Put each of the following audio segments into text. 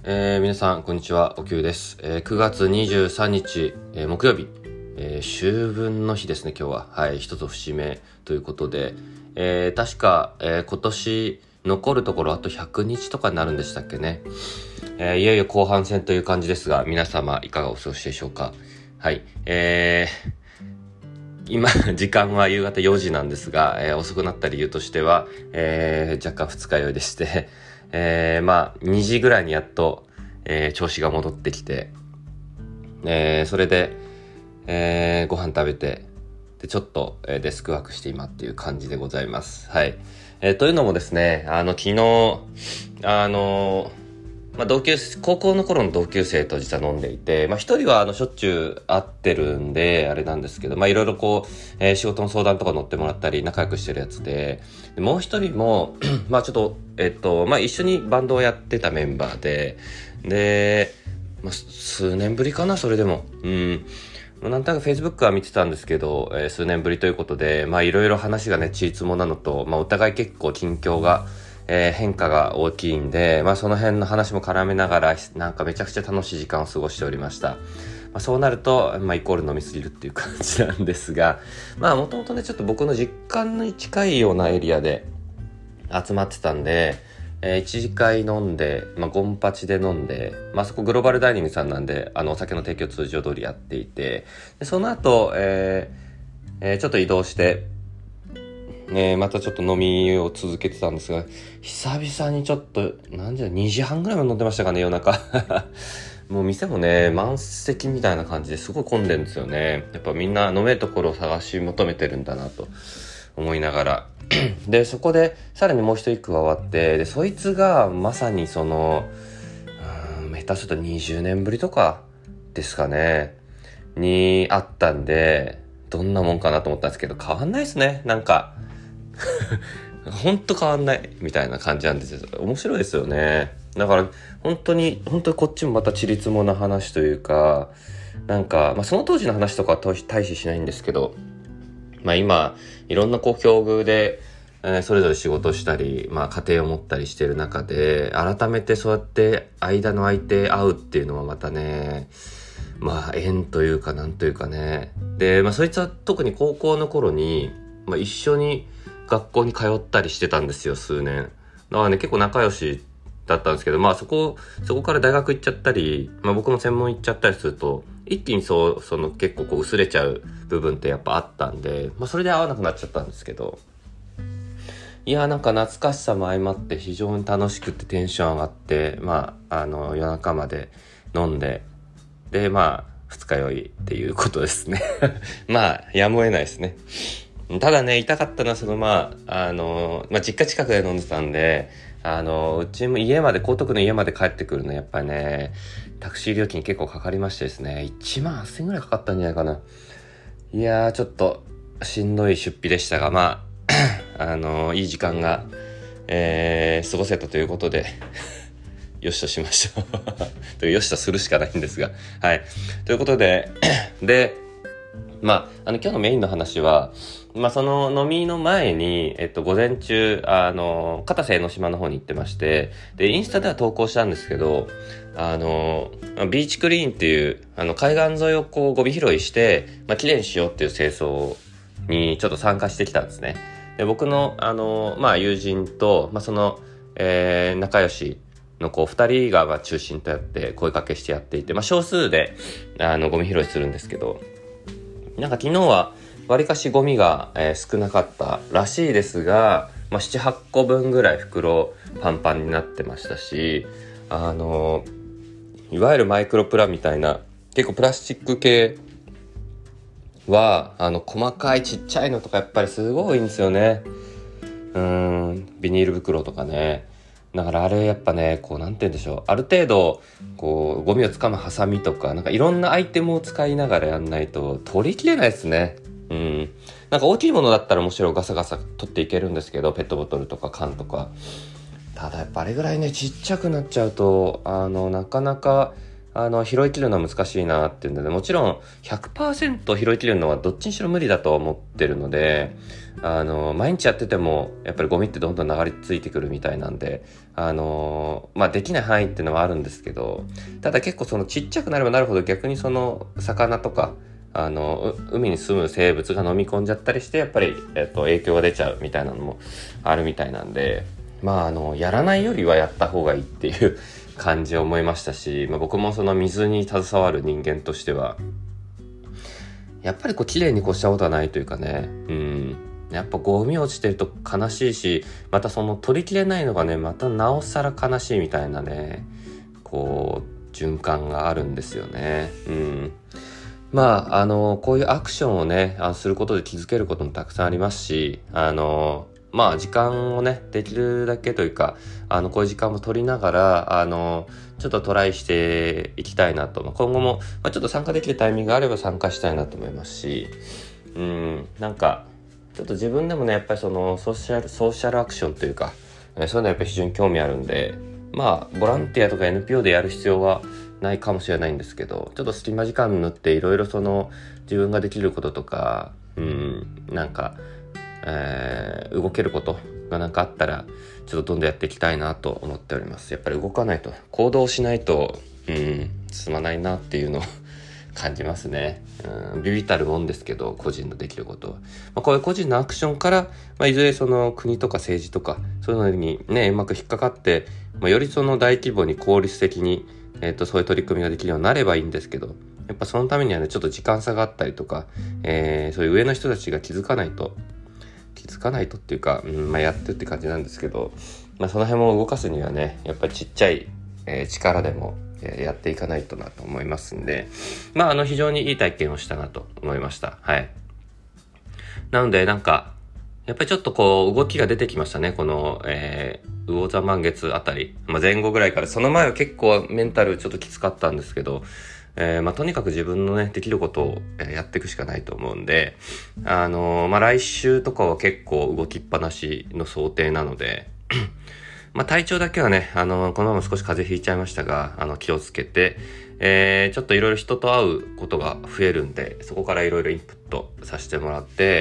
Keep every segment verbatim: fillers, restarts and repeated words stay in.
えー、皆さんこんにちは、おきゅうです。えー、くがつにじゅうさんにち、えー、木曜日、えー、秋分の日ですね。今日ははい一つ節目ということで、えー、確か、えー、今年残るところあとひゃくにちとかになるんでしたっけね。えー、いよいよ後半戦という感じですが、皆様いかがお過ごしでしょうか。はい、えー、今時間は夕方よじなんですが、えー、遅くなった理由としては、えー、若干二日酔いでしてえー、まあにじぐらいにやっと、えー、調子が戻ってきて、えー、それで、えー、ご飯食べてでちょっと、えー、デスクワークして今っていう感じでございます。はい、えー、というのもですね、あの昨日あのまあ、同級生高校の頃の同級生と実は飲んでいて、まあ、一人はあのしょっちゅう会ってるんであれなんですけど、まあいろいろこう、えー、仕事の相談とか乗ってもらったり仲良くしてるやつで、でもう一人もまあちょっとえっとまあ一緒にバンドをやってたメンバーでで、まあ、数年ぶりかな。それでもうんなんとなく Facebook は見てたんですけど、えー、数年ぶりということで、まあいろいろ話がねちいつもなのと、まあお互い結構近況がえー、変化が大きいんで、まあその辺の話も絡めながら、なんかめちゃくちゃ楽しい時間を過ごしておりました。まあそうなると、まあイコール飲みすぎるっていう感じなんですが、まあもともとね、ちょっと僕の実家に近いようなエリアで集まってたんで、えー、一次会飲んで、まあゴンパチで飲んで、まあそこグローバルダイニングさんなんで、あのお酒の提供通常通りやっていて、でその後、えーえー、ちょっと移動して、ね、またちょっと飲みを続けてたんですが、久々にちょっと何時だにじはんぐらいまで飲んでましたかね、夜中もう店もね満席みたいな感じですごい混んでるんですよね。やっぱみんな飲めるところを探し求めてるんだなと思いながらでそこでさらにもう一人加わって、でそいつがまさにそのうーん下手するとにじゅうねんぶりとかですかねに会ったんで、どんなもんかなと思ったんですけど、変わんないですね。なんかほんと変わんないみたいな感じなんですよ。面白いですよね。だから本当に本当にこっちもまたちりつもな話というか、なんか、まあ、その当時の話とかは大ししないんですけど、まあ今いろんなこう境遇で、えー、それぞれ仕事したり、まあ家庭を持ったりしてる中で、改めてそうやって間の空いて会うっていうのはまたね、まあ縁というかなんというかね。で、まあそいつは特に高校の頃に、まあ、一緒に学校に通ったりしてたんですよ、数年。だからね結構仲良しだったんですけど、まあそこそこから大学行っちゃったり、まあ僕も専門行っちゃったりすると一気にそうその結構こう薄れちゃう部分ってやっぱあったんで、まあそれで会わなくなっちゃったんですけど、いやなんか懐かしさも相まって非常に楽しくてテンション上がって、まああの夜中まで飲んで、でまあ二日酔いっていうことですねまあやむを得ないですね。ただね痛かったのはそのまああの、まあ、実家近くで飲んでたんで、あのうちも家まで江東区の家まで帰ってくるのやっぱりねタクシー料金結構かかりましてですね、いちまんはっせんえんぐらいかかったんじゃないかな。いやーちょっとしんどい出費でしたが、まああのいい時間が、えー、過ごせたということでよしとしましょうというよしとするしかないんですが、はいということででまああの今日のメインの話は、まあその飲みの前にえっと午前中あの片瀬江ノ島の方に行ってまして、でインスタでは投稿したんですけど、あのビーチクリーンっていうあの海岸沿いをこうゴミ拾いして、まあ綺麗にしようっていう清掃にちょっと参加してきたんですね。で僕のあのまあ友人と、まあその、えー、仲良しのこうふたりがまあ中心とやって声かけしてやっていて、まあ少数であのゴミ拾いするんですけど、なんか昨日はわりかしゴミが、えー、少なかったらしいですが、まあ、ななはっこぶんぐらい袋パンパンになってましたし、あのいわゆるマイクロプラみたいな結構プラスチック系はあの細かいちっちゃいのとかやっぱりすごい多いんですよね。うーんビニール袋とかね。だからあれやっぱねこうなんて言うんでしょう、ある程度こうゴミをつかむハサミとかなんかいろんなアイテムを使いながらやんないと取りきれないですね。うんなんか大きいものだったらもちろんガサガサ取っていけるんですけど、ペットボトルとか缶とか。ただやっぱあれぐらいねちっちゃくなっちゃうとあのなかなかあの拾い切るのは難しいなっていうので、もちろん ひゃくパーセント 拾い切るのはどっちにしろ無理だと思ってるので、あの毎日やっててもやっぱりゴミってどんどん流れ着いてくるみたいなんで、あのまあできない範囲っていうのはあるんですけど、ただ結構そのちっちゃくなればなるほど逆にその魚とかあの海に住む生物が飲み込んじゃったりして、やっぱり、えっと、影響が出ちゃうみたいなのもあるみたいなんで、まああのやらないよりはやった方がいいっていう感じを思いましたし、まあ、僕もその水に携わる人間としてはやっぱりこう綺麗に越したことはないというかね、うんやっぱゴミ落ちてると悲しいし、またその取りきれないのがねまたなおさら悲しいみたいなね、こう循環があるんですよね。うんまああのこういうアクションをねあすることで気づけることもたくさんありますし、あのまあ時間をねできるだけというか、あのこういう時間も取りながらあのちょっとトライしていきたいなと、今後も、まあ、ちょっと参加できるタイミングがあれば参加したいなと思いますし、うんなんかちょっと自分でもねやっぱりそのソーシャルソーシャルアクションというか、そういうのはやっぱり非常に興味あるんで、まあボランティアとか エヌピーオー でやる必要はないかもしれないんですけど、ちょっと隙間時間縫っていろいろその自分ができることとか、うんなんかえー、動けることがなんかあったらちょっとどんどんやっていきたいなと思っております。やっぱり動かないと、行動しないとうん進まないなっていうのを感じますね。うんビビたるもんですけど、個人のできることは、まあ、こういう個人のアクションから、まあ、いずれその国とか政治とかそういうのにねうまく引っかかって、まあ、よりその大規模に効率的に、えー、とそういう取り組みができるようになればいいんですけど、やっぱそのためにはねちょっと時間差があったりとか、えー、そういう上の人たちが気づかないと気づかないとっていうか、うんまあ、やってって感じなんですけど、まあ、その辺も動かすにはねやっぱりちっちゃい、えー、力でも、えー、やっていかないとなと思いますんで、まああの非常にいい体験をしたなと思いました。はい。なのでなんかやっぱりちょっとこう動きが出てきましたね、この、えー、魚座満月あたり、まあ、前後ぐらいから。その前は結構メンタルちょっときつかったんですけど、えーまあ、とにかく自分のねできることをやっていくしかないと思うんで、あのーまあ、来週とかは結構動きっぱなしの想定なのでまあ体調だけはね、あのー、このまま少し風邪ひいちゃいましたが、あの気をつけて、えー、ちょっといろいろ人と会うことが増えるんで、そこからいろいろインプットさせてもらって、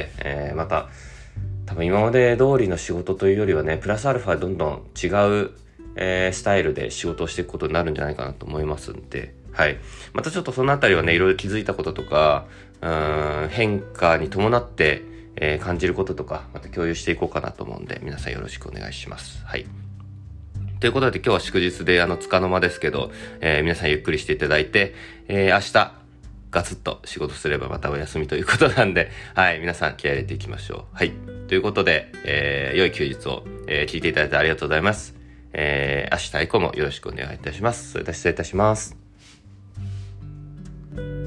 えー、また多分今まで通りの仕事というよりはねプラスアルファどんどん違う、えー、スタイルで仕事をしていくことになるんじゃないかなと思いますんで、はい。またちょっとそのあたりはね、いろいろ気づいたこととか、うーん変化に伴って、えー、感じることとか、また共有していこうかなと思うんで、皆さんよろしくお願いします。はい。ということで今日は祝日で、あの、束の間ですけど、えー、皆さんゆっくりしていただいて、えー、明日、ガツッと仕事すればまたお休みということなんで、はい。皆さん気合い入れていきましょう。はい。ということで、えー、良い休日を、えー、聞いていただいてありがとうございます。えー、明日以降もよろしくお願いいたします。それでは失礼いたします。